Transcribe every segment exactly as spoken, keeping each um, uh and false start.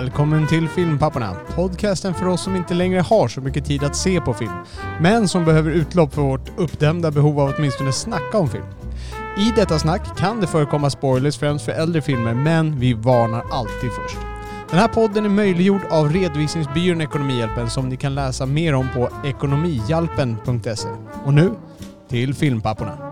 Välkommen till Filmpapporna, podcasten för oss som inte längre har så mycket tid att se på film, men som behöver utlopp för vårt uppdämda behov av att åtminstone snacka om film. I detta snack kan det förekomma spoilers främst för äldre filmer, men vi varnar alltid först. Den här podden är möjliggjord av redovisningsbyrån Ekonomihjälpen som ni kan läsa mer om på ekonomihjälpen punkt se. Och nu till Filmpapporna.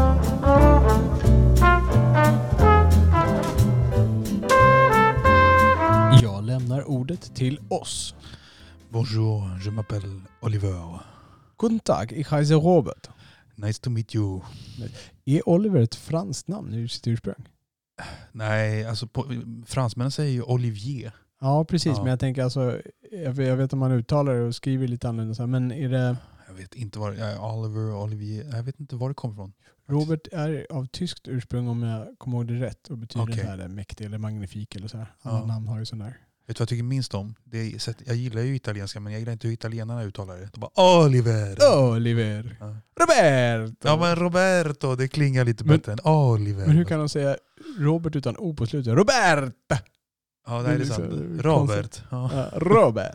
Jag lämnar ordet till oss. Bonjour, je m'appelle Oliver. Guten Tag, ich heiße Robert. Nice to meet you. Är Oliver ett franskt namn i sitt ursprung? Nej, alltså på, fransmännen säger ju Olivier. Ja, precis. Ja. Men jag tänker alltså, jag vet, jag vet om man uttalar det och skriver lite annorlunda. Men är det... Jag vet inte var ja, Oliver, Olivier, jag vet inte var det kommer ifrån. Robert är av tyskt ursprung om jag kommer ihåg det rätt och betyder Okay. så här mäktig eller magnifik eller så här. Ja. Alla namn har ju sån där. Vet du vad jag tycker minst om? Det är, jag gillar ju italienska men jag gillar inte hur italienarna uttalar det. De bara Oliver. Oliver. Ja. Roberto. Ja men Roberto, det klingar lite Men- bättre än Oliver. Men hur kan de säga Robert utan O på slutet? Roberta! Ja, det är det så- sant. Robert. Ja. Ja, Robert.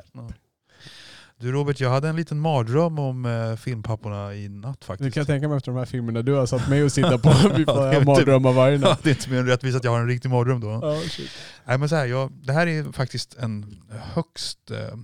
Du Robert, jag hade en liten mardröm om eh, filmpapporna i natt Det faktiskt. kan jag tänka mig efter de här filmerna du har satt mig och sitta på. Vi får Ja, det är ha mardrömmar varje Ja, natt. det är inte mer än rättvist att jag har en riktig mardröm då. Ja, shit. Nej, men så här, jag, det här är faktiskt en högst eh,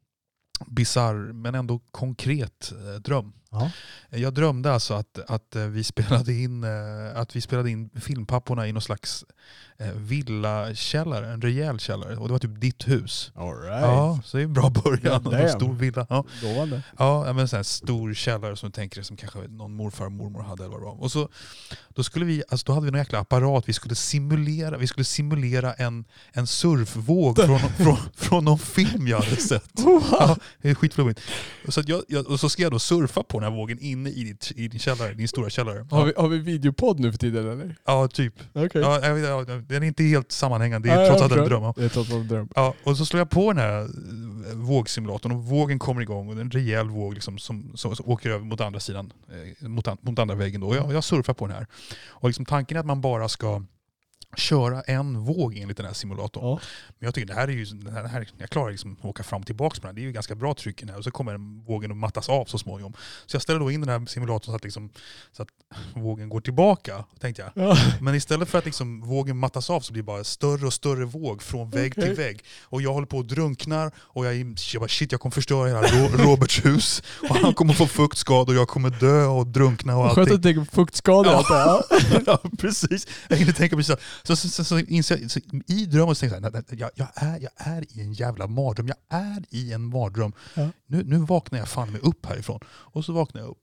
bizarr men ändå konkret eh, dröm. Ja. Jag drömde alltså att, att, eh, vi spelade in, eh, att vi spelade in filmpapporna i någon slags eh, villakällare, en rejäl källare. Och det var typ ditt hus. All right. Ja, så det är en bra början. God En damn. stor villa. Ja. Lovande. Ja, men så här stor källare som du tänker som kanske någon morfar och mormor hade eller vad det var. Och så då skulle vi alltså då hade vi någon jäkla apparat vi skulle simulera, vi skulle simulera en en surfvåg från från från någon film jag hade sett. Ja, det är skitflummigt. Och så att jag, jag och så ska jag då surfa på den här vågen inne i ditt i din källare, din stora källare. Har Ja, vi, har vi videopodd nu för tiden eller? ja typ. Okej. Ja, jag vet, ja, den är inte helt sammanhängande, det är Ja, trots jag allt en förstår. dröm. Ja. Det är trots allt en dröm. Ja, och så slår jag på den här eh, vågsimulatorn och vågen kommer igång och det är en rejäl våg liksom som, som, som åker över mot andra sidan, eh, mot, an, mot andra väggen då. Och jag, jag surfar på den här. Och liksom tanken är att man bara ska köra en våg enligt den här simulatorn. Ja. Men jag tycker det här är ju, det här, det här, jag klarar liksom att åka fram och tillbaka på den. Det är ju ganska bra tryck i den här och så kommer den vågen att mattas av så småningom. Så jag ställer då in den här simulatorn så att, liksom, så att vågen går tillbaka, tänkte jag. Ja. Men istället för att liksom vågen mattas av så blir det bara större och större våg från vägg Okej. till vägg. Och jag håller på att drunknar och jag, jag bara shit jag kommer förstöra hela Ro- Roberts hus. Och han kommer få fuktskador och jag kommer dö och drunkna och Skönt allting. att tänka på fuktskador. Ja. Allt det här. Ja, precis. Jag hinner tänka på så, så, så, så, så, inser jag, så i drömmen så tänker jag, nej, nej, jag, jag, är, jag är i en jävla mardröm. Jag är i en mardröm. Ja. Nu, nu vaknar jag fan mig upp härifrån. Och så vaknar jag upp.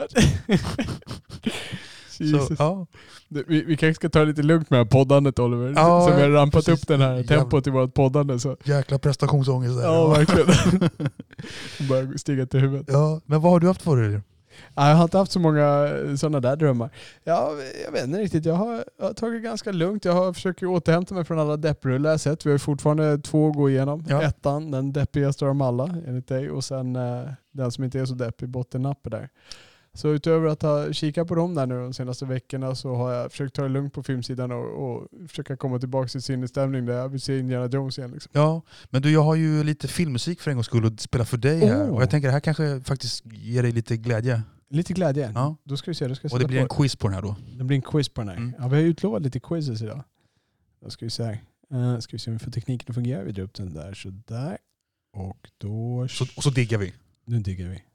Så, Jesus. ja. Det- Vi, vi kanske ska ta det lite lugnt med det här poddandet, Oliver. Ja, så vi har rampat precis. upp den här Jävla- tempot i vårt poddande. Så. Jäkla prestationsångest där. Ja, verkligen. Bara stiga till huvudet. Ja, men vad har du haft för dig? Ja, jag har inte haft så många sådana där drömmar. Ja, jag vet inte riktigt. Jag har, jag har tagit ganska lugnt. Jag har försökt återhämta mig från alla depprullar jag sett. Vi har fortfarande två att gå igenom. Ja. Ettan, den deppigaste av dem alla enligt dig. Och sen eh, den som inte är så deppig, bottennappe där. Så utöver att ha kikat på dem där nu de senaste veckorna så har jag försökt ta det lugnt på filmsidan och, och försöka komma tillbaka till sinnesstämning där jag vill se Indiana Jones igen. Liksom. Ja, men du, jag har ju lite filmmusik för en gångs skull att spela för dig här. Oh. Och jag tänker det här kanske faktiskt ger dig lite glädje. Lite glädje. Ja. Då ska vi se. Då ska jag Och det sätta blir en på. quiz på den här då. Det blir en quiz på den här. Mm. Ja, vi har utlovat lite quizzes idag. Då ska vi se här. Uh, ska vi se om vi får tekniken att fungera. Vi drar upp den där så där. Och då... Så, och så diggar vi. Nu diggar vi.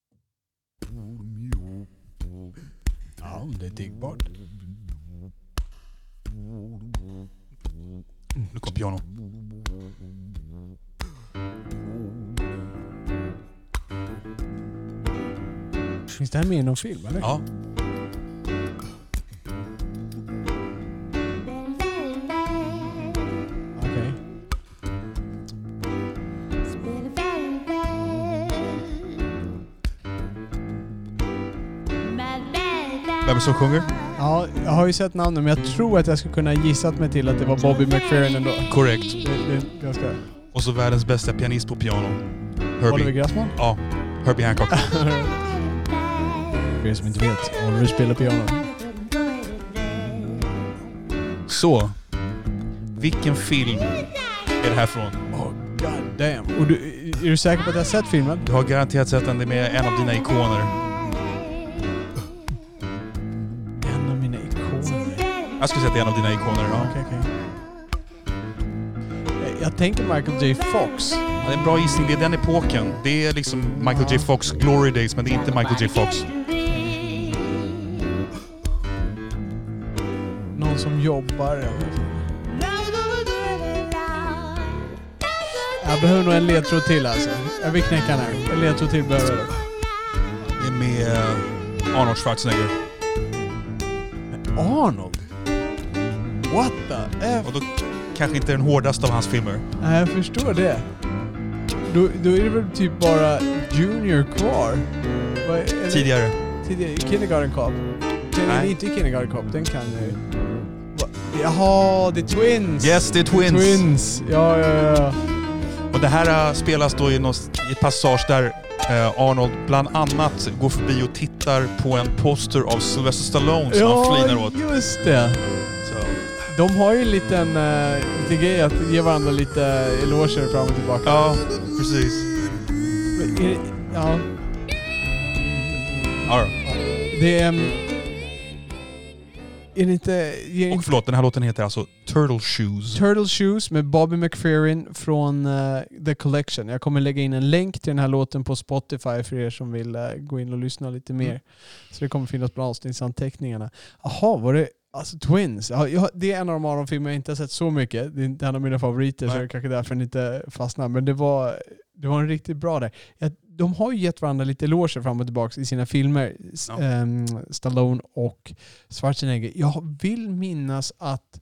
Ja, det är diggbart. Nu kommer piano. Finns det här med i någon film eller? Ja. Okej. Vem är det som sjunger? Ja, jag har ju sett namnen men jag tror att jag skulle kunna gissat mig till att det var Bobby McFerrin ändå. Korrekt. Det, det är ganska... Och så världens bästa pianist på piano. Herbie. Oliver Grassman? Ja, Herbie Hancock. För er som inte vet, Oliver spelar piano. Så, vilken film är det här från. Oh, god damn. Och du, är du säker på att jag har sett filmen? Du har garanterat sett den, det med en av dina ikoner. En av mina ikoner? Jag skulle säga att det är en av dina ikoner. Ja. Okej, okej. Jag, jag tänker Michael J. Fox. Ja, det är en bra gissning, det är den epoken. Det är liksom Michael J. Fox Glory Days, men det är inte Michael J. Fox. Någon som jobbar. Jag behöver nog en ledtråd till alltså. Jag vill knäcka den här. En ledtråd till behöver jag. Det är med Arnold Schwarzenegger. Arnold? What the F? Och då kanske inte den hårdaste av hans filmer. Nej, jag förstår det. Då, då är det väl typ bara Junior kvar? Vad är det? Tidigare. Tidigare. Kindergarten Cop. Den är Nej. inte Kindergarten Cop. Den kan jag ju. Va? Jaha, The Twins. Yes, det är Twins. Twins. Ja, ja, ja. Och det här uh, spelas då i, något, i ett passage där uh, Arnold bland annat går förbi och tittar på en poster av Sylvester Stallone som han flinar åt. Ja, just det. Så. De har ju en liten, uh, lite grej att ge varandra lite eloger fram och tillbaka. Ja, precis. Är det, ja. Ja. Det är... Um, är det inte... Är Och förlåt, den här låten heter alltså Turtle Shoes. Turtle Shoes med Bobby McFerrin från uh, The Collection. Jag kommer lägga in en länk till den här låten på Spotify för er som vill uh, gå in och lyssna lite mer. Mm. Så det kommer finnas bland avsnittsanteckningarna. Jaha, var det... Alltså Twins. Ja, jag, det är en av de Aron-filmer jag inte har sett så mycket. Det är inte en av mina favoriter. Nej. Så det är kanske därför den inte fastnar. Men det var, det var en riktigt bra där. Jag, de har ju gett varandra lite eloger fram och tillbaka i sina filmer. Ja. Um, Stallone och Schwarzenegger. Jag vill minnas att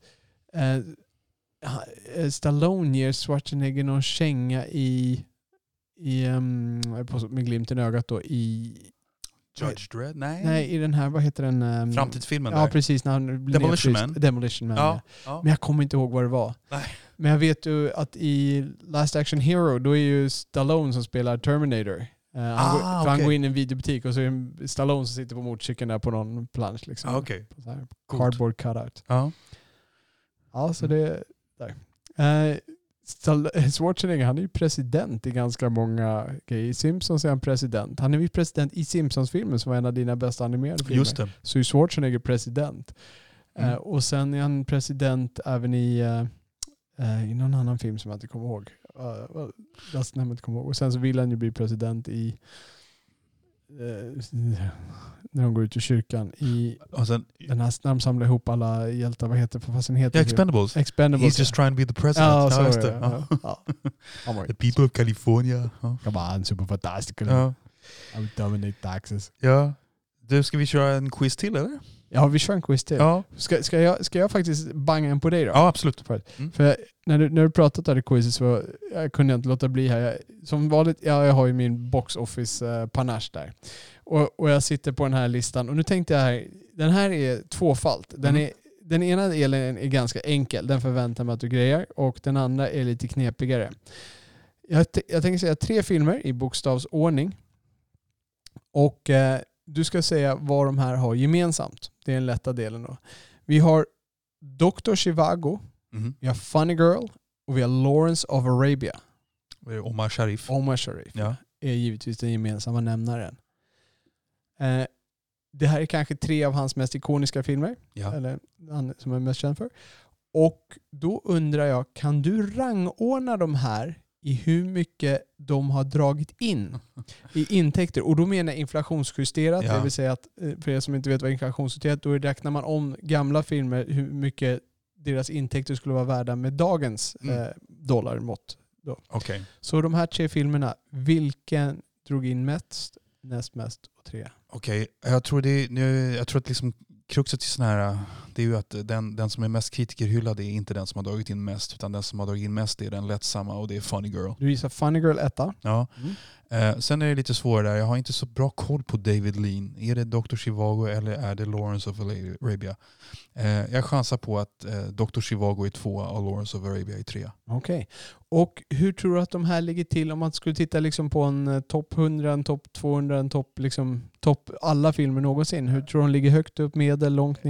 uh, Stallone ger Schwarzenegger någon känga i, i um, med glimten i ögat då, i Judge Dredd? Nej. Nej, i den här, vad heter den? Um, Framtidsfilmen ja, där. precis. När han blir Demolition Man. Demolition Man, ja, ja. Ja. Men jag kommer inte ihåg vad det var. Nej. Men jag vet ju att i Last Action Hero, då är ju Stallone som spelar Terminator. Uh, han, ah, går, för okay. han går in i en videobutik och så är det Stallone som sitter på motorcykeln där på någon plansch. Liksom, ah, okay. så här, cardboard cutout. Ja. Ja, så det där. Uh, Schwarzenegger, han är ju president i ganska många grejer. I Simpsons är han president. Han är ju president i Simpsons-filmen som var en av dina bästa animerade filmer. Just det. Så är Schwarzenegger president. Mm. Uh, och sen är han president även i, uh, uh, i någon annan film som jag inte kommer ihåg. Uh, jag inte kommer ihåg. Och sen så vill han ju bli president i uh, när de går ut ur kyrkan i och sen, den här, när de samlar ihop alla hjältar, vad heter för fasen heter yeah, Expendables. Expendables. He's just trying to be the president. Ja, så ja, är det. Ja. Ja. Ja. The people of California. Ja. Come on, super fantastic. Ja. I will dominate taxes. Ja. Du, ska vi köra en quiz till eller? Ja, vi kör en quiz till. Ja. Ska, ska, jag, ska jag faktiskt banga en på dig då? Ja, absolut. För, mm. för när, du, när du pratat där i quizet så jag kunde jag inte låta bli här. Jag, som vanligt, ja, jag har ju min box office uh, panache där. Och, och jag sitter på den här listan. Och nu tänkte jag här, den här är tvåfalt. Den, mm. är, den ena delen är ganska enkel. Den förväntar mig att du grejer. Och den andra är lite knepigare. Jag, jag tänker säga tre filmer i bokstavsordning. Och eh, du ska säga vad de här har gemensamt. Det är den lätta delen då. Vi har doktor Zhivago, mm. vi har Funny Girl och vi har Lawrence of Arabia. Omar Sharif. Omar Sharif ja. är givetvis den gemensamma nämnaren. Eh, det här är kanske tre av hans mest ikoniska filmer. Ja. Eller han som är mest känd för. Och då undrar jag, kan du rangordna de här i hur mycket de har dragit in i intäkter? Och då menar jag inflationsjusterat. Ja. Det vill säga att, för er som inte vet vad inflationsjusterat, då räknar man om gamla filmer hur mycket deras intäkter skulle vara värda med dagens mm. eh, dollarmått. Då. Okay. Så de här tre filmerna, vilken drog in mest, näst mest och tre? Okej, okay. jag tror det nu jag tror att liksom kruxet till sån här, det är ju att den, den som är mest kritikerhyllad är inte den som har dragit in mest, utan den som har dragit in mest är den lättsamma, och det är Funny Girl. Du gissar Funny Girl etta. Ja. Mm. Eh, sen är det lite svårare där. Jag har inte så bra koll på David Lean. Är det doktor Zhivago eller är det Lawrence of Arabia? Eh, jag chansar på att eh, doktor Zhivago är tvåa och Lawrence of Arabia är trea. Okej. Okay. Och hur tror du att de här ligger till om man skulle titta liksom på en uh, topp hundra, en topp tvåhundra, en topp liksom, top alla filmer någonsin? Hur tror du de ligger högt upp, medel, långt ner?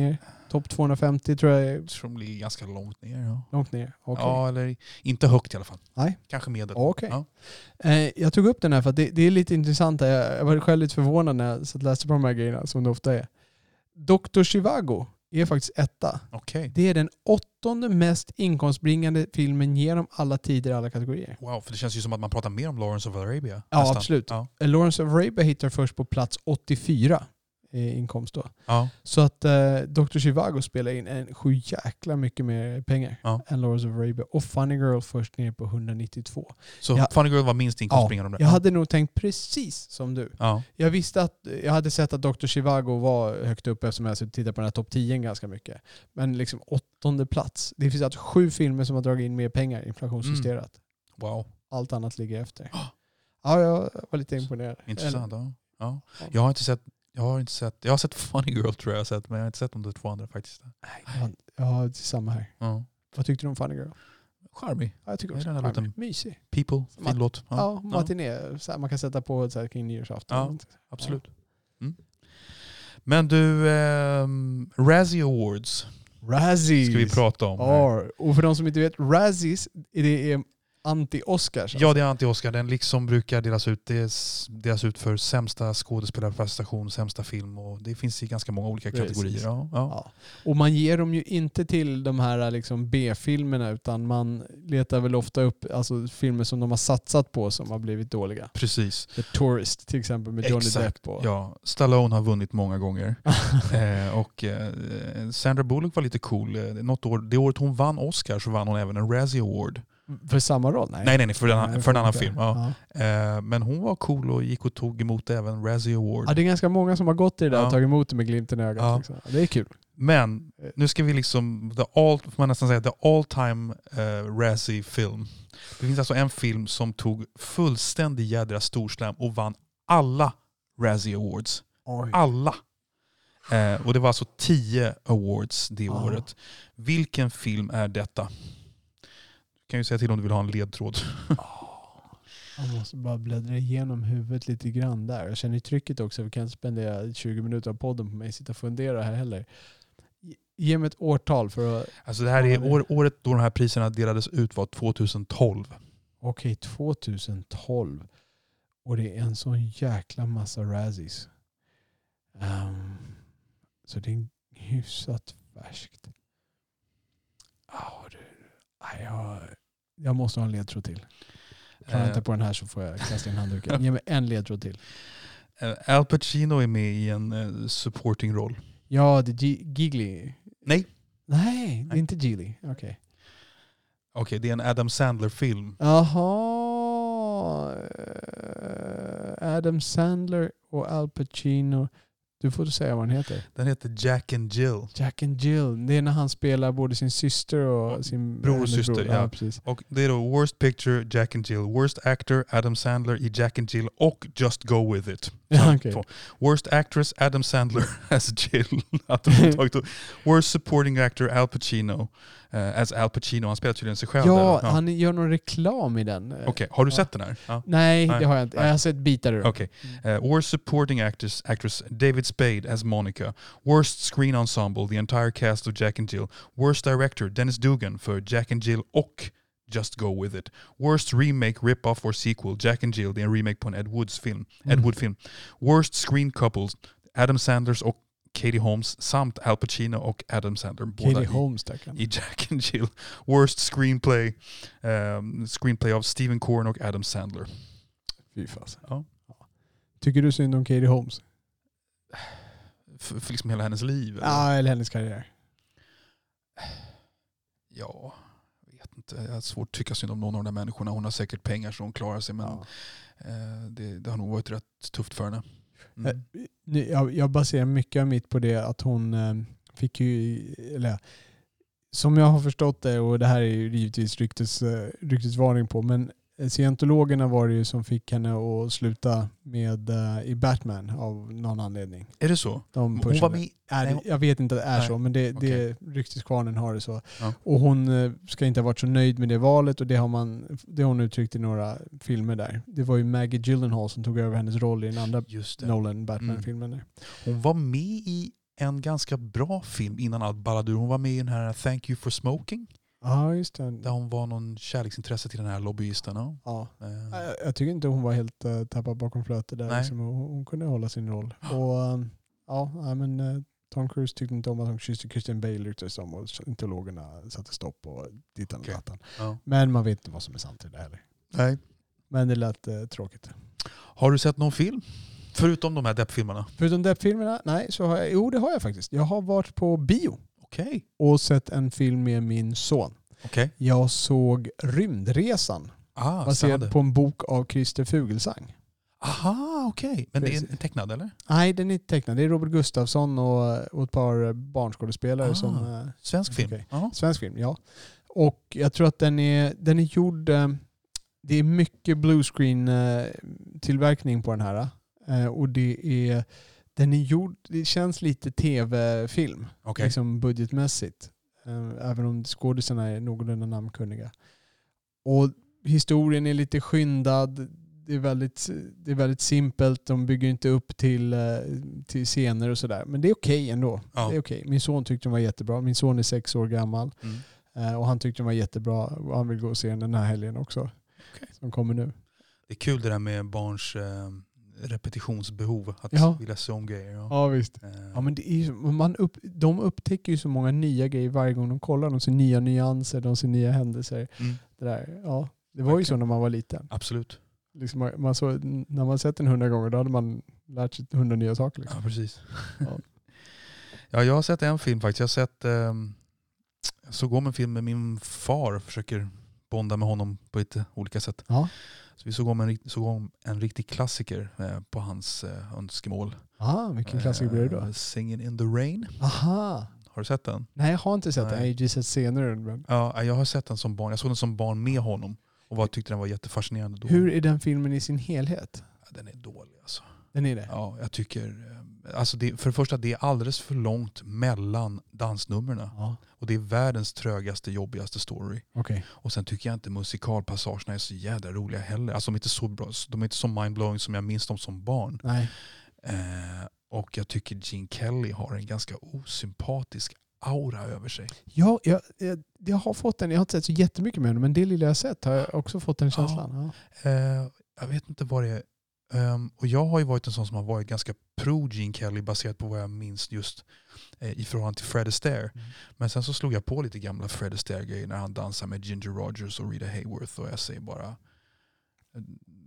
Topp tvåhundrafemtio tror jag är Jag tror de ligger ganska långt ner. Ja, långt ner. Okay. ja eller inte högt i alla fall. Nej. Kanske medel. Okay. Ja. Eh, jag tog upp den här för att det, det är lite intressant. Jag, jag var själv lite förvånad när jag satt och läste på de här grejerna som det ofta är. doktor Zhivago är faktiskt etta. Okay. Det är den åttonde mest inkomstbringande filmen genom alla tider i alla kategorier. Wow, för det känns ju som att man pratar mer om Lawrence of Arabia. Ja, nästan. absolut. Ja. Lawrence of Arabia hittar först på plats åttiofyra i inkomst då. Ja. Så att eh, doktor Zhivago spelar in en sju jäkla mycket mer pengar Ja. än Lawrence of Arabia. Och Funny Girl först ner på hundranittiotvå. Så jag, Funny Girl var minst inkomstbringande. Ja, jag hade nog tänkt precis som du. Ja. Jag visste att jag hade sett att doktor Zhivago var högt upp eftersom jag tittade på den här topp tio ganska mycket. Men liksom åttonde plats. Det finns alltså sju filmer som har dragit in mer pengar inflationsjusterat. Mm. Wow. Allt annat ligger efter. Ja, jag var lite imponerad. Intressant. Ja. Ja. Jag har inte sett Jag har inte sett, jag har sett Funny Girl tror jag, jag sett, men jag har inte sett de två andra faktiskt. Nej, ja, det är samma här. Ja. Vad tyckte du om Funny Girl? Charmig. Ja, jag tycker också den här charmig. låten. Mysig. People, fin Mat- låt. Ja, ja matiné. Så här, man kan sätta på så här, kring nyårsafton. Ja, absolut. Mm. Men du, ähm, Razzie Awards Razzies ska vi prata om. Ja, och för de som inte vet, Razzies det är anti-Oscars. Alltså. Ja, det är anti-Oscar. Den liksom brukar delas ut, det delas ut för sämsta skådespelarprestation, sämsta film, och det finns i ganska många olika Precis. kategorier. Ja, ja. Ja. Och man ger dem ju inte till de här liksom B-filmerna, utan man letar väl ofta upp alltså, filmer som de har satsat på som har blivit dåliga. Precis. The Tourist till exempel med Johnny Exakt. Depp. Och... Ja, Stallone har vunnit många gånger. eh, och eh, Sandra Bullock var lite cool. Eh, Något år, det året hon vann Oscar så vann hon även en Razzie Award. För samma roll? Nej, nej, nej, nej för, en, nej, för en annan inte. film. Ja. Ja. Eh, men hon var cool och gick och tog emot även Razzie Award. Ja, det är ganska många som har gått i det där Ja. och tagit emot det med glimten i ögat. Ja. Liksom. Det är kul. Men nu ska vi liksom, the all, får man nästan säga, the all time uh, Razzie film. Det finns alltså en film som tog fullständig jädra storslam och vann alla Razzie Awards. Oj. Alla. Eh, och det var alltså tio awards det Ja. året. Vilken film är detta? Du kan ju säga till om du vill ha en ledtråd. Jag måste bara bläddra igenom huvudet lite grann där. Jag känner trycket också. Vi kan inte spendera tjugo minuter av podden på mig och sitta och fundera här heller. Ge mig ett årtal för att... Alltså det här är år, året då de här priserna delades ut var tjugohundratolv. Okej, tjugotolv. Och det är en sån jäkla massa Razzies. Um, så det är hyfsat färskt. Oh, det, nej, jag, jag måste ha en ledtråd till. Klarar jag inte på den här så får jag kasta in handduken. Ge mig en ledtråd till. Uh, Al Pacino är med i en uh, supporting roll. Ja, det är G- Gigli. Nej. Nej, det är inte Gigli. Okej. Okay. Okej, okay, det är en Adam Sandler-film. Jaha. Adam Sandler och Al Pacino. Du får säga vad den heter. Den heter Jack and Jill. Jack and Jill. Det är när han spelar både sin syster och sin bror och syster. Bror. Ja. Ja, precis. Och det är då Worst Picture, Jack and Jill. Worst Actor, Adam Sandler i Jack and Jill och Just Go With It. Ja, okay. Worst Actress, Adam Sandler as Jill. Att de tagit Worst Supporting Actor, Al Pacino uh, as Al Pacino. Han spelar tydligen sig själv. Ja, ja. han gör någon reklam i den. Okej, okay. Har du ja. sett den här? Ja. Nej, Nej, det har jag inte. Jag har sett bitar ur. Okej. Okay. Uh, worst Supporting Actress, actress David Spade as Monica. Worst Screen Ensemble, the entire cast of Jack and Jill. Worst Director, Dennis Dugan för Jack and Jill och Just Go With It. Worst Remake, Rip-Off or Sequel, Jack and Jill. Det är en remake på en Ed Woods film. Mm. Ed Wood film. Worst Screen Couples, Adam Sanders och Katie Holmes samt Al Pacino och Adam Sandler. Katie båda Holmes i, där i Jack and Jill. Worst Screenplay, um, Screenplay av Stephen Corn och Adam Sandler. Fy fasen. Ja. Tycker du synd om Katie Holmes? För, för liksom hela hennes liv? Eller? Ja, eller hennes karriär. Ja, jag vet inte. Jag har svårt att tycka synd om någon av de där människorna. Hon har säkert pengar så hon klarar sig, men Ja. eh, det, det har nog varit rätt tufft för henne. Mm. Jag, jag baserar mycket av mitt på det att hon eh, fick ju, eller som jag har förstått det, och det här är ju givetvis ryktes, ryktesvarning på, men scientologerna var det ju som fick henne att sluta med uh, i Batman av någon anledning. Är det så? De Hon var med? är, Nej, hon... Jag vet inte att det är Nej. så, men det, Okay. det, rykteskvarnen har det så. Ja. Och hon uh, ska inte ha varit så nöjd med det valet, och det har, man, det har hon uttryckt i några filmer där. Det var ju Maggie Gyllenhaal som tog över hennes roll i den andra Nolan Batman-filmen. Mm. Hon var med i en ganska bra film innan allt ballade ur. Hon var med i den här Thank You for Smoking. Ja, just det. Där hon var någon kärleksintresse till den här lobbyisten. Ja. Ja. Eh, Jag, jag tycker inte hon var helt uh, tappad bakom flötet där. Nej. Liksom. Hon, hon kunde hålla sin roll. Och um, ja, nej, men uh, Tom Cruise tyckte inte om att hon kysste Christian Bale ute som och intologerna satte stopp och dittan Okej. och dattan. ja. Men man vet inte vad som är sant i det heller. Nej. Men det lät uh, tråkigt. Har du sett någon film? Förutom de här deppfilmerna? Förutom Depp-filmerna, nej, så har jag, jo det har jag faktiskt. Jag har varit på bio Okej. och sett en film med min son. Okej. Jag såg Rymdresan, Ah, baserad spännande. på en bok av Christer Fuglesang. Aha, okej. Men det är en tecknad eller? Nej, den är inte tecknad. Det är Robert Gustafsson och, och ett par barnskådespelare Ah. som... eh, Svensk film? Okej. Ja. Svensk film, ja. Och jag tror att den är, den är gjord... eh, Det är mycket bluescreen-tillverkning på den här. eh, Och det är... Den är gjord... Det känns lite tv-film. Okej. Liksom budgetmässigt. Eh, Även om skådisarna är någorlunda namnkunniga. Och historien är lite skyndad. Det är väldigt, det är väldigt simpelt. De bygger inte upp till, eh, till scener och sådär. Men det är okej ändå. Ja. Det är okej. Min son tyckte den var jättebra. Min son är sex år gammal. Mm. Eh, Och han tyckte den var jättebra. Och han vill gå och se den den här helgen också. Okej. Som kommer nu. Det är kul det där med barns eh, repetitionsbehov. Att Ja. vilja se om grejer. Ja. Ja visst. Eh, Ja, men det är ju, man upp, de upptäcker ju så många nya grejer varje gång de kollar. De ser nya nyanser, de ser nya händelser. mm, Det, där. Ja, det var ju så när man var liten. absolut. Liksom man, man så, när man sett den hundra gånger då hade man lärt sig hundra nya saker. Liksom. Ja, precis. Ja. Ja, jag har sett en film faktiskt. Jag har sett... Eh, jag såg om en film med min far. Försöker bonda med honom på lite olika sätt. Ja. Så vi såg om en, rikt- såg om en riktig klassiker eh, på hans eh, önskemål. Aha, vilken klassiker blir det då? Eh, Singin' in the Rain. Aha. Har du sett den? Nej, jag har inte sett Nej. den. Jag har ju sett senare. Men Ja, jag har sett den som barn. Jag såg den som barn med honom. Och var, tyckte den var jättefascinerande då. hur är den filmen i sin helhet? Ja, den är dålig alltså. Den är det? Ja, jag tycker... eh, Alltså det, för det första, det är alldeles för långt mellan dansnumren. Ja. Och det är världens trögaste, jobbigaste story. Okej. Och sen tycker jag inte musikalpassagerna är så jävla roliga heller. Alltså de är inte så bra. De är inte så mindblowing som jag minns dem som barn. Nej. Eh, och jag tycker Gene Kelly har en ganska osympatisk aura över sig. Ja, jag, jag, jag har fått den. Jag har inte sett så jättemycket med den, men det lilla jag har sett har jag också fått den känslan. Ja. Eh, jag vet inte vad det är. Um, och jag har ju varit en sån som har varit ganska pro Gene Kelly baserat på vad jag minns just eh, i förhållande till Fred Astaire. Mm. Men sen så slog jag på lite gamla Fred Astaire-grejer när han dansar med Ginger Rogers och Rita Hayworth och jag säger bara eh,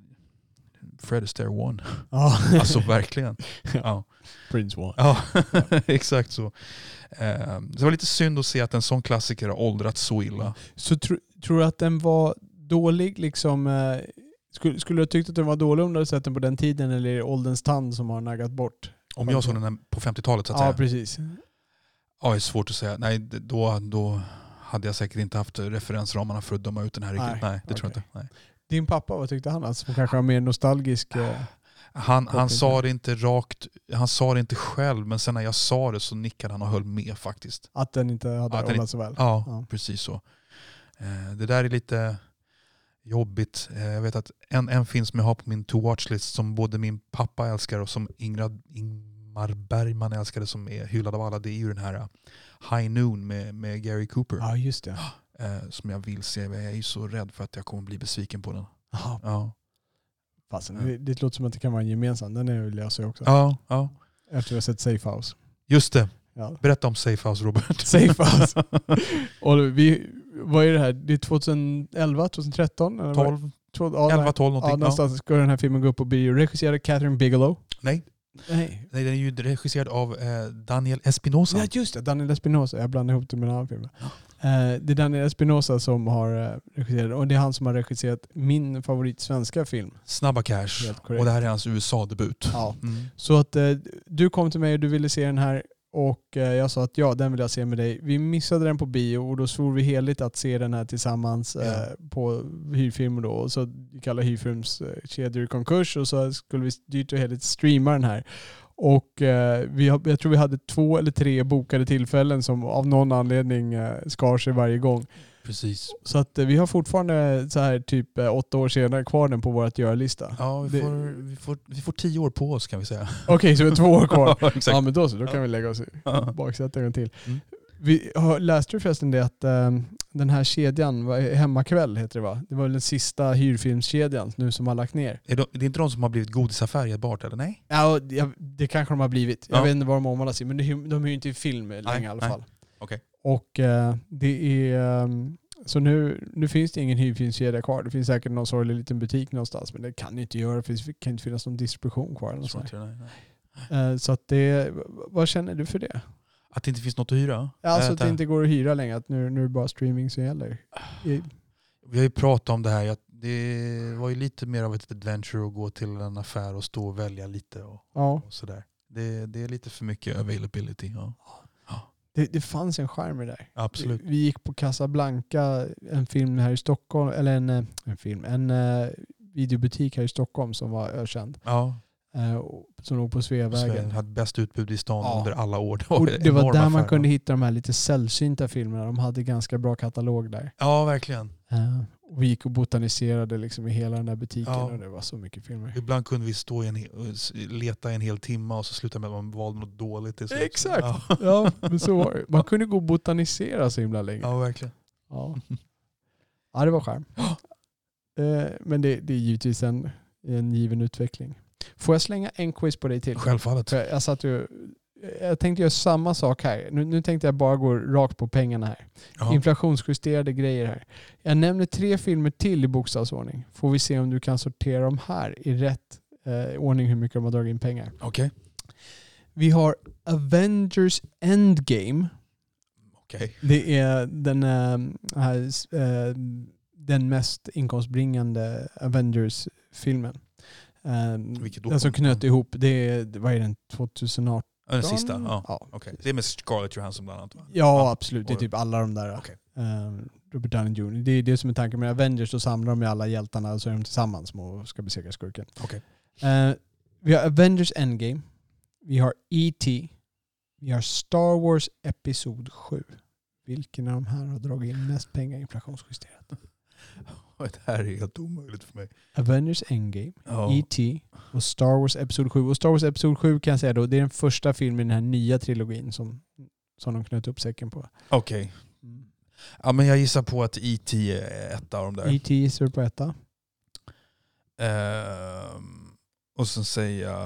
Fred Astaire won. Ja. Alltså verkligen. Ja, Prince One. ja exakt så. Um, det var lite synd att se att en sån klassiker har åldrats så illa. Så tro, tror du att den var dålig liksom... Eh, skulle, skulle du ha tyckt att den var dålig om du hade sett den på den tiden eller är det ålderns tand som har naggat bort? Om jag såg den här på femtiotalet så att Ja, säga. precis. Ja, det är svårt att säga. Nej, det- då, då hade jag säkert inte haft referensramarna för att döma ut den här riktigt. Nej, Nej, det tror jag okej. inte. Nej. Din pappa, vad tyckte han? Alltså, som kanske har mer nostalgisk... Eh, Han, Koppling han till sa det inte rakt, han sa det inte själv, men sen när jag sa det så nickade han och höll med faktiskt. att den inte hade Att den hållit så väl. Ja, Ja. precis så. Eh, det där är lite jobbigt. Eh, jag vet att en, en film som jag har på min to-watch-list som både min pappa älskar och som Ingrid, Ingmar Bergman älskade som är hyllad av alla, det är ju den här uh, High Noon med, med Gary Cooper. Ja, just det. Eh, som jag vill se. Jag är ju så rädd för att jag kommer bli besviken på den. Ja, Ja, fasen. Det, det låter som att det kan vara en gemensam. Den är vill jag se också. ja, ja. Efter att jag har sett Safe House. Just det. Ja. Berätta om Safe House, Robert. Safe House. Och vi, vad är det här? Det är tjugoelva, tjugotretton? Eller vad? tolv, Två- ja, elva, nej. tolv Ja, någonting. Ja, någonstans ska den här filmen gå upp och bli regisserad av Catherine Bigelow. Nej, Nej. nej, den är ju regisserad av eh, Daniel Espinosa. Ja, just det. Daniel Espinosa. Jag blandar ihop det med en annan film. Eh, det är Daniel Espinosa som har eh, regisserat. Och det är han som har regisserat min favorit svenska film. Snabba Cash. Helt korrekt. Och det här är hans U S A-debut. Ja. Mm. Så att eh, du kom till mig och du ville se den här. Och eh, jag sa att ja, den vill jag se med dig. Vi missade den på bio och då svor vi heligt att se den här tillsammans eh, Ja. på hyrfilm då. Och så gick alla hyrfilmskedjor i konkurs och så skulle vi dyrt och heligt streama den här. Och eh, vi har, jag tror vi hade två eller tre bokade tillfällen som av någon anledning eh, skar sig varje gång. Precis. Så att vi har fortfarande så här typ åtta år senare kvar den på vårt göra-lista. Ja, vi, det... får, vi, får, vi får tio år på oss kan vi säga. Okej, okay, så vi har två år kvar. Ja, exakt. Ja, men då så. Då kan ja. vi lägga oss i ja. baksätet en gång till. Mm. Vi har, läste du förresten det att um, den här kedjan, Hemmakväll heter det va? Det var väl den sista hyrfilmskedjan nu som har lagt ner. Är det, det är inte de som har blivit godisaffär i ett bart eller nej? Ja, det, det kanske de har blivit. Jag ja. vet inte vad de omvandlas i, men de, de är ju inte i film längre nej, i alla fall. Okay. Och uh, det är... Um, så nu, nu finns det ingen hyrfilmskedja kvar. Det finns säkert någon sorglig liten butik någonstans, men det kan inte göra för det kan inte finnas någon distribution kvar. Eller så nej, nej. Uh, så att det, vad känner du för det? Att det inte finns något att hyra? Ja, alltså att det inte går att hyra längre. Att nu, nu är det bara streaming som gäller. Vi har ju pratat om det här. Det var ju lite mer av ett adventure att gå till en affär och stå och välja lite. Och, ja. och sådär. Det, det är lite för mycket availability. Ja. Det, det fanns en charm i det där. Absolut. Vi, vi gick på Casablanca, en film här i Stockholm. Eller en, en film. En uh, videobutik här i Stockholm som var ökänd. Ja. Uh, som låg på Sveavägen. Sverige hade bäst utbud i stan ja. under alla år. Det var, och det var där affär, man kunde hitta de här lite sällsynta filmerna. De hade ganska bra katalog där. Ja, verkligen. Uh, och vi gick och botaniserade liksom i hela den där butiken ja. och det var så mycket filmer. Ibland kunde vi stå i en, leta en hel timme och så slutade med att man valde något dåligt. Exakt. Ja. ja, men så var det. Man kunde gå och botanisera så himla länge. Ja, verkligen. Ja, ja det var skärm. uh, men det, det är givetvis en, en given utveckling. Får jag slänga en quiz på dig till? Självfallet. Jag, jag, satt ju, jag tänkte göra samma sak här. Nu, nu tänkte jag bara gå rakt på pengarna här. Aha. Inflationsjusterade grejer här. Jag nämner tre filmer till i bokstavsordning. Får vi se om du kan sortera dem här i rätt eh, ordning hur mycket de har dragit in pengar. Okej. Okay. Vi har Avengers Endgame. Okej. Okay. Det är den, äh, här, äh, den mest inkomstbringande Avengers-filmen. Um, alltså knöt ihop, det är, vad är den, tjugoarton? Den sista, ja. ja. Okay. Det är med Scarlett Johansson bland annat va? Ja, ja, absolut. Det är typ alla de där. Okay. Um, Robert Downey junior Det är det som är tanken med Avengers, då samlar de med alla hjältarna och så är de tillsammans och ska besegra skurken. Okay. Uh, vi har Avengers Endgame, vi har E T, vi har Star Wars Episod sju. Vilken av de här har dragit in mest pengar inflationsjusterat? Det här är helt omöjligt för mig. Avengers Endgame, oh. E T och Star Wars Episod sju. Och Star Wars Episod sju kan jag säga då, det är den första filmen i den här nya trilogin som, som de knöt upp säcken på. Okej. Okay. Mm. Ja, men jag gissar på att E T är ett av de där. E T gissar på etta. Uh, och sen säger jag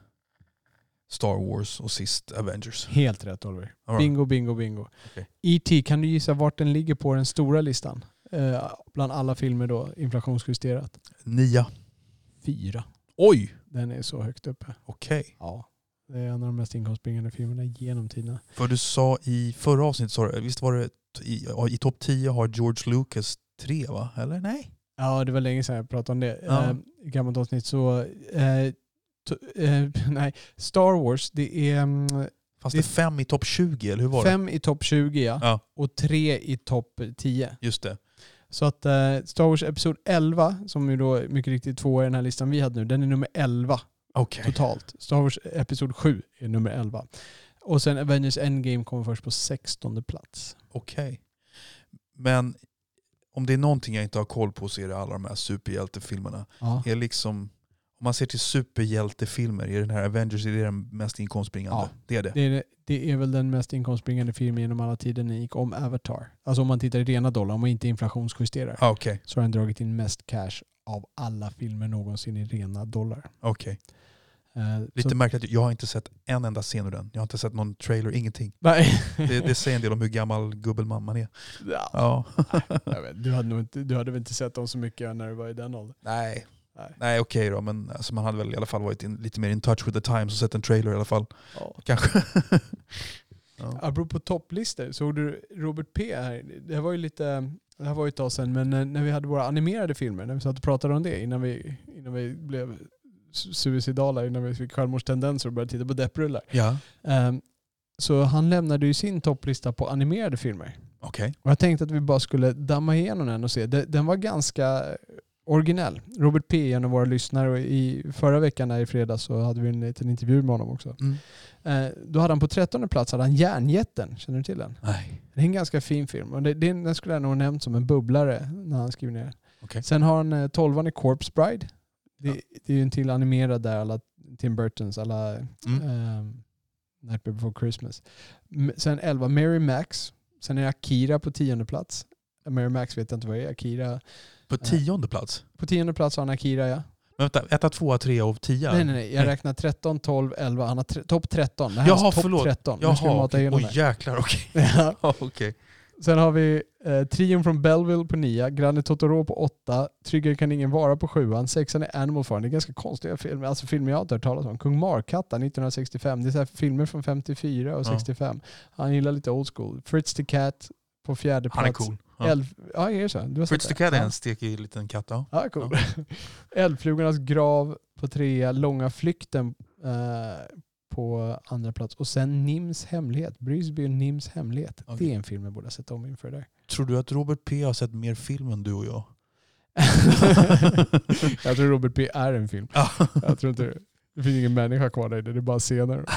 Star Wars och sist Avengers. Helt rätt, Oliver. Right. Bingo, bingo, bingo. Okay. E T, kan du gissa vart den ligger på den stora listan? Uh, bland alla filmer då, inflationsjusterat. Nia. Fyra. Oj! Den är så högt uppe. Okej. Okay. Ja. Det är en av de mest inkomstbringande filmerna genom tiderna. För du sa i förra avsnittet, så, visst var det i, i topp tio har George Lucas tre va? Eller nej? Ja, det var länge sedan jag pratade om det. Ja. Uh, I gammalt avsnitt så... Uh, to, uh, nej, Star Wars, det är... Um, Fast det är fem i topp tjugo, eller hur var det? Fem i topp tjugo, ja. ja. Och tre i topp tio. Just det. Så att uh, Star Wars Episod elva, som är då mycket riktigt två i den här listan vi hade nu, den är nummer elva okay. totalt. Star Wars Episod sju är nummer elva. Och sen Avengers Endgame kommer först på sextonde plats. Okej. Okay. Men om det är någonting jag inte har koll på så är det alla de här superhjältefilmerna. Ja. Är liksom... Om man ser till superhjältefilmer, är den här Avengers är det den mest inkomstbringande? Ja, det är det. Det är, det är väl den mest inkomstbringande filmen genom alla tider ni gick om Avatar. Alltså om man tittar i rena dollar, om man inte inflationsjusterar. Ah, okay. Så har den dragit in mest cash av alla filmer någonsin i rena dollar. Okej. Okay. Uh, Lite så... märkligt, jag har inte sett en enda scen ur den. Jag har inte sett någon trailer, ingenting. Nej. det, det säger en del om hur gammal gubbelman man är. Ja. ja. Nej, jag vet, du, hade nog inte, du hade väl inte sett dem så mycket när du var i den åldern? Nej. Nej, Nej okej okay då, men alltså man hade väl i alla fall varit in, lite mer in touch with the times och sett en trailer i alla fall. Ja. Kanske. ja. Apropå topplistor, såg du Robert P här? Det här var ju lite, det här var ju ett tag sedan, men när vi hade våra animerade filmer, när vi satt och pratade om det innan vi, innan vi blev suicidala, innan vi fick självmordstendenser och började titta på depprullar. Ja. Um, så han lämnade ju sin topplista på animerade filmer. Okej. Okay. Och jag tänkte att vi bara skulle damma igenom den och se. Den, den var ganska originell. Robert P. en av våra lyssnare. Och i förra veckan där i fredags så hade vi en liten intervju med honom också. Mm. Eh, då hade han på trettonde plats hade han Järnjätten. Känner du till den? Nej. Det är en ganska fin film. Och det, det, den skulle jag nog nämnt som en bubblare när han skrev ner. Okay. Sen har han eh, tolvan i Corpse Bride. Det, ja. det är ju en till animerad där. Alla Tim Burtons, alla mm. eh, Nightmare Before Christmas. Sen elva Mary Max. Sen är Akira på tionde plats. Mary Max vet jag inte vad det är. Akira. På tionde plats? På tionde plats har han Akira, ja. Men vänta, ett, två, tre och tio? Nej, nej, nej. Jag räknar tretton, tolv, elva. Han har tre- topp tretton. Det här Jaha, är topp förlåt. tretton. Jaha, okej. Oj, jäklar, okej. Okay. Ja. Ja, okay. Sen har vi eh, Trion från Belleville på nia. Granny Totoro på åtta. Tryggare kan ingen vara på sjuan. Sexan är Animal Farm. Det är ganska konstiga filmer. Alltså filmer jag inte har hört talas om. Kung Markatta nittonhundrasextiofem. Det är så här filmer från femtiofyra och sextiofem. Ja. Han gillar lite old school. Fritz the Cat på fjärde plats. Han är cool. Ja, Elf, ja är det så? Du har Fritz the Cat är en stekig liten katt. Ja, ja cool. Ja. Eldflugornas grav på trea. Långa flykten eh, på andra plats. Och sen Nims hemlighet. Brysby och Nims hemlighet. Okay. Det är en film jag borde ha sett om inför det där. Tror du att Robert P har sett mer film än du och jag? Jag tror Robert P är en film. Jag tror inte det finns ingen människa kvar där. Det är bara scener.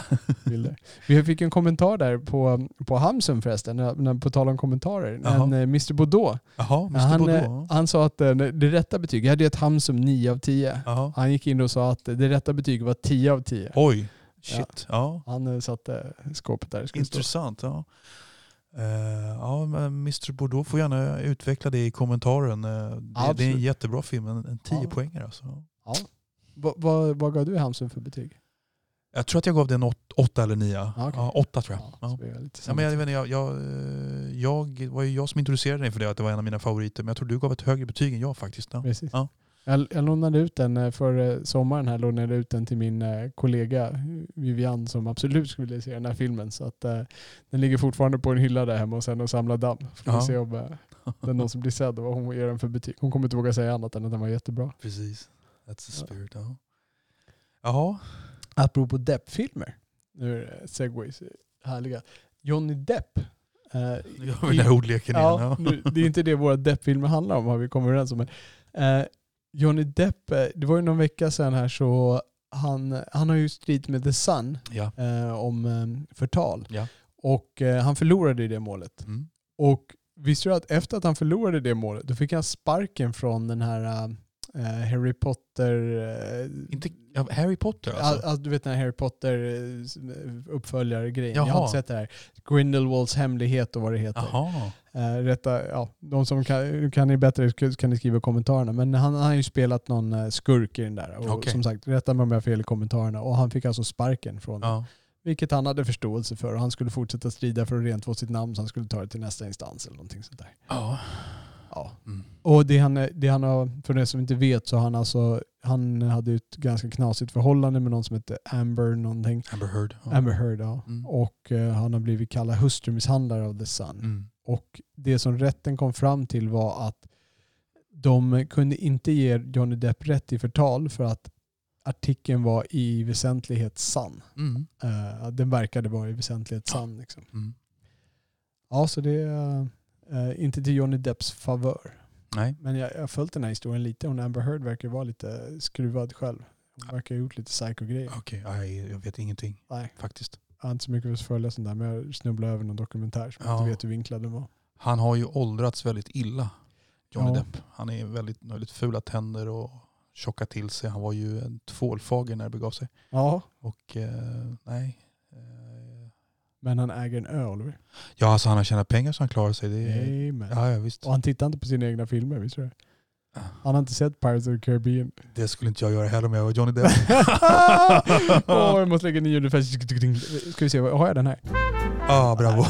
Vi fick en kommentar där på, på Hamsun förresten. När, på tal om kommentarer. En, uh, mister Baudot. Aha, mister han, Baudot. Han sa att det, det rätta betyget, jag hade ett Hamsun nio av tio. Uh-huh. Han gick in och sa att det rätta betyget var tio av tio. Oj, shit. Ja. Ja. Han satte skåpet där. Intressant, ja. Uh, ja, men mister Baudot får gärna utveckla det i kommentaren. Uh, det, det är en jättebra film, en, en tio ja. poängare alltså. Ja. Va, va, vad gav du i Hamsun för betyg? Jag tror att jag gav den åt, åtta eller nio. Ah, okay. Ja, åtta tror jag. Ja, ja. Ja, men jag, jag, jag, jag, jag var ju jag som introducerade dig för det, att det var en av mina favoriter. Men jag tror du gav ett högre betyg än jag faktiskt. Ja. Precis. Ja. Jag, jag lånade ut den för sommaren här, lånade ut den till min kollega Vivian som absolut skulle vilja se den här filmen. Så att uh, den ligger fortfarande på en hylla där hemma och sen och samlar damm. Får vi se om uh, det är någon som blir sedd och vad hon ger den för betyg. Hon kommer inte våga säga annat än att den var jättebra. Precis. That's the spirit. Ja. Jaha. Apropå Depp-filmer. Nu är det segways härliga. Johnny Depp. Uh, jag vill den här ordleken ja, igen. Ja. Nu, det är inte det våra Depp-filmer handlar om, har vi kommit överens om. Men, uh, Johnny Depp, det var ju någon vecka sedan här så han, han har ju stridit med The Sun ja. uh, om um, förtal. Ja. Och uh, han förlorade i det målet. Mm. Och visste du att efter att han förlorade det målet då fick han sparken från den här... Uh, Uh, Harry Potter... Uh, Inte ja, Harry Potter alltså? All, all, du vet den här Harry Potter uh, uppföljare-grejen. Jaha. Jag har inte sett det här. Grindelwalds hemlighet och vad det heter. Jaha. Uh, rätta, ja, de som kan, kan ni bättre kan ni skriva i kommentarerna. Men han, han har ju spelat någon uh, skurk i den där. Och okay. som sagt, rätta mig om jag har fel i kommentarerna. Och han fick alltså sparken från ja. Vilket han hade förståelse för. Och han skulle fortsätta strida för att rentvå sitt namn så han skulle ta det till nästa instans eller någonting sånt där. Ja. Ja. Mm. Och det han, det han har, för det som inte vet så han alltså, han hade ett ganska knasigt förhållande med någon som heter Amber någonting. Amber Heard. Ja. Amber Heard, ja. Mm. Och uh, han har blivit kallad hustrumisshandlare av The Sun. Mm. Och det som rätten kom fram till var att de kunde inte ge Johnny Depp rätt i förtal för att artikeln var i väsentlighet sann. Mm. Uh, den verkade vara i väsentlighet sann. Liksom. Mm. Ja, så det är... Uh, inte till Johnny Depps favör. Nej. Men jag har följt den här historien lite. Och Amber Heard verkar vara lite skruvad själv. Hon verkar ha gjort lite psycho-grejer. Okej, okay. jag vet ingenting. Nej. Faktiskt. Jag har inte så mycket att följa sånt där. Men jag snubblade över någon dokumentär som ja. jag inte vet hur vinklad den var. Han har ju åldrats väldigt illa, Johnny ja. Depp. Han är väldigt, väldigt fula tänder och tjocka till sig. Han var ju en tvålfager när det begav sig. Ja. Och eh, nej... Men han äger en ö, Oliver. Ja, alltså han har tjänat pengar så han klarar sig. Det är... Amen. Ja, ja, visst. Och han tittar inte på sina egna filmer, visst du? Han har inte sett Pirates of the Caribbean. Det skulle inte jag göra heller om jag var Johnny Depp. Åh, oh, jag måste lägga nio ungefär. Ska vi se, har jag den här? Ja, ah, bravo.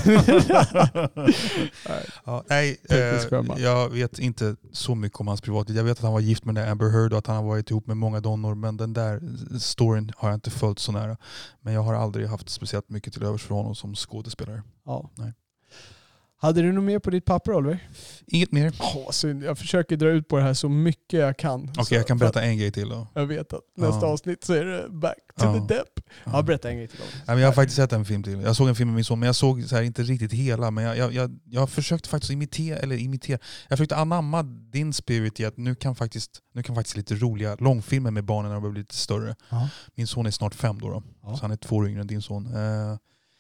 ja, nej, eh, jag vet inte så mycket om hans privatliv. Jag vet att han var gift med den där Amber Heard och att han har varit ihop med många donnor. Men den där storyn har jag inte följt så nära. Men jag har aldrig haft speciellt mycket till övers för honom som skådespelare. Ja. Nej. Hade du något mer på ditt papper, Oliver? Inget mer. Åh, synd. Jag försöker dra ut på det här så mycket jag kan. Okej, okay, jag kan berätta en grej till då. Jag vet att nästa ja. avsnitt så är det back to ja. the depth. Ja, ja berätta en grej till. Ja, men jag har faktiskt sett en film till. Jag såg en film med min son, men jag såg så här inte riktigt hela. Men jag, jag, jag, jag försökte faktiskt imitera, eller imitera. Jag försökte anamma din spirit i att nu kan faktiskt, nu kan faktiskt lite roliga långfilmer med barnen när de blir lite större. Ja. Min son är snart fem då, då. Ja. Så han är två år yngre än din son. Eh,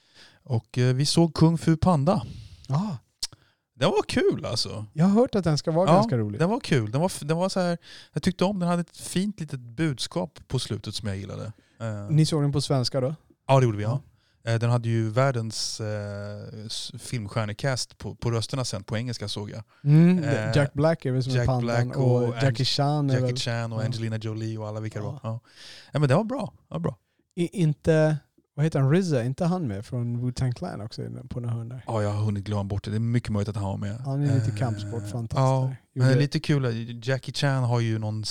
och eh, vi såg Kung Fu Panda. Ja. Det var kul alltså. Jag har hört att den ska vara ja, ganska rolig. Den var kul. Den var, den var så här, jag tyckte om den. Hade ett fint litet budskap på slutet som jag gillade. Ni såg den på svenska då? Ja, det gjorde vi. Ja. Ja. Den hade ju världens eh, filmstjärnecast på, på rösterna sen. På engelska såg jag. Mm, eh, Jack Black är väl som Jack pandan. Black och, och Jackie Chan. Jackie väl, Chan och ja. Angelina Jolie och alla vilka ja. det var. Ja. Ja, men det var bra. Det var bra. I, inte... Vad heter han? R Z A? Inte han med från Wu-Tang Clan också på några hundar? Ja, jag har hunnit glömma bort det. Det är mycket möjligt att han var med. Han är lite kampsport, fantastiskt. Ja, men det är lite kul. Jackie Chan har ju någon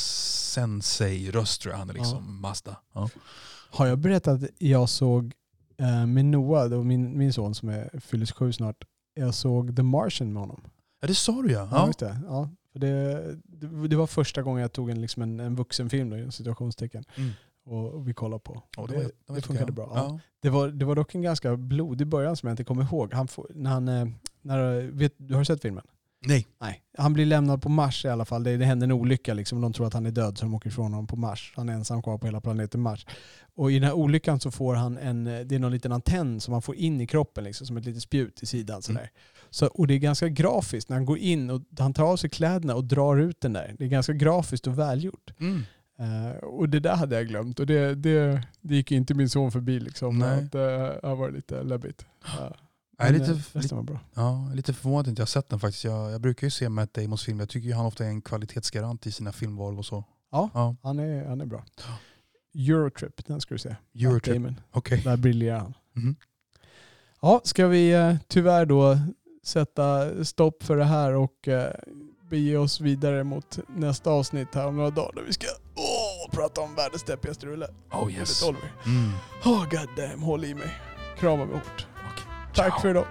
sensei-röst tror jag. Han är liksom ja. Mazda. Ja. Har jag berättat att jag såg eh, med Noah, då min, min son som är fyller sju snart, jag såg The Martian med honom. Ja, det sa du ja. Ja, just det. Ja, för det, det, det var första gången jag tog en, liksom en, en vuxenfilm, då, i situationstecken. Mm. Och vi kollar på. Oh, det, det, var, det, det funkade bra. Ja. Ja. Det, var, det var dock en ganska blodig början som jag inte kommer ihåg. Han får, när han, när, vet, du har sett filmen? Nej. Nej. Han blir lämnad på Mars i alla fall. Det, det händer en olycka. Liksom. De tror att han är död så de åker ifrån honom på Mars. Han är ensam kvar på hela planeten Mars. Och i den här olyckan så får han en, det är någon liten antenn som han får in i kroppen liksom, som ett litet spjut i sidan. Sådär. Mm. Så, och det är ganska grafiskt när han går in och han tar av sig kläderna och drar ut den där. Det är ganska grafiskt och välgjort. Mm. Uh, och det där hade jag glömt och det, det, det gick inte min son förbi liksom. Att, uh, jag var lite läbbigt. Uh, jag är lite, lite, var bra. Ja, lite förvånad att jag inte har sett den faktiskt. Jag, jag brukar ju se Matt Damons film. Jag tycker ju han ofta är en kvalitetsgarant i sina filmval och så. Ja, ja. Han, är, han är bra. Eurotrip, den ska du se. Eurotrip, okej. Okay. Där briljerar han. Mm. Ja, ska vi uh, tyvärr då sätta stopp för det här och uh, bege oss vidare mot nästa avsnitt här om några dagar där vi ska åh, prata om världens deppigaste rulle. Oh yes. Oliver. Mm. Oh god damn, håll i mig. Krama mig hårt. Okay. Tack Ciao. För idag.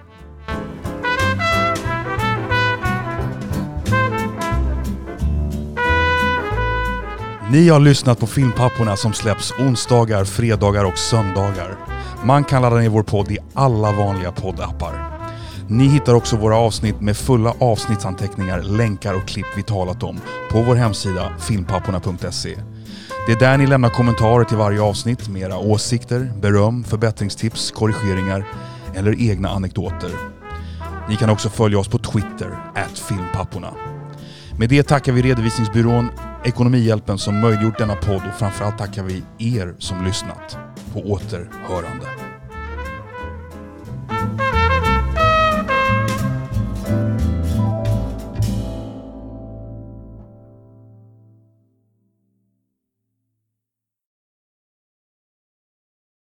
Ni har lyssnat på Filmpapporna som släpps onsdagar, fredagar och söndagar. Man kan ladda ner vår podd i alla vanliga poddappar. Ni hittar också våra avsnitt med fulla avsnittsanteckningar, länkar och klipp vi talat om på vår hemsida filmpapporna punkt se. Det är där ni lämnar kommentarer till varje avsnitt med era åsikter, beröm, förbättringstips, korrigeringar eller egna anekdoter. Ni kan också följa oss på Twitter, at filmpapporna. Med det tackar vi redovisningsbyrån Ekonomihjälpen som möjliggjort denna podd och framförallt tackar vi er som lyssnat. På återhörande.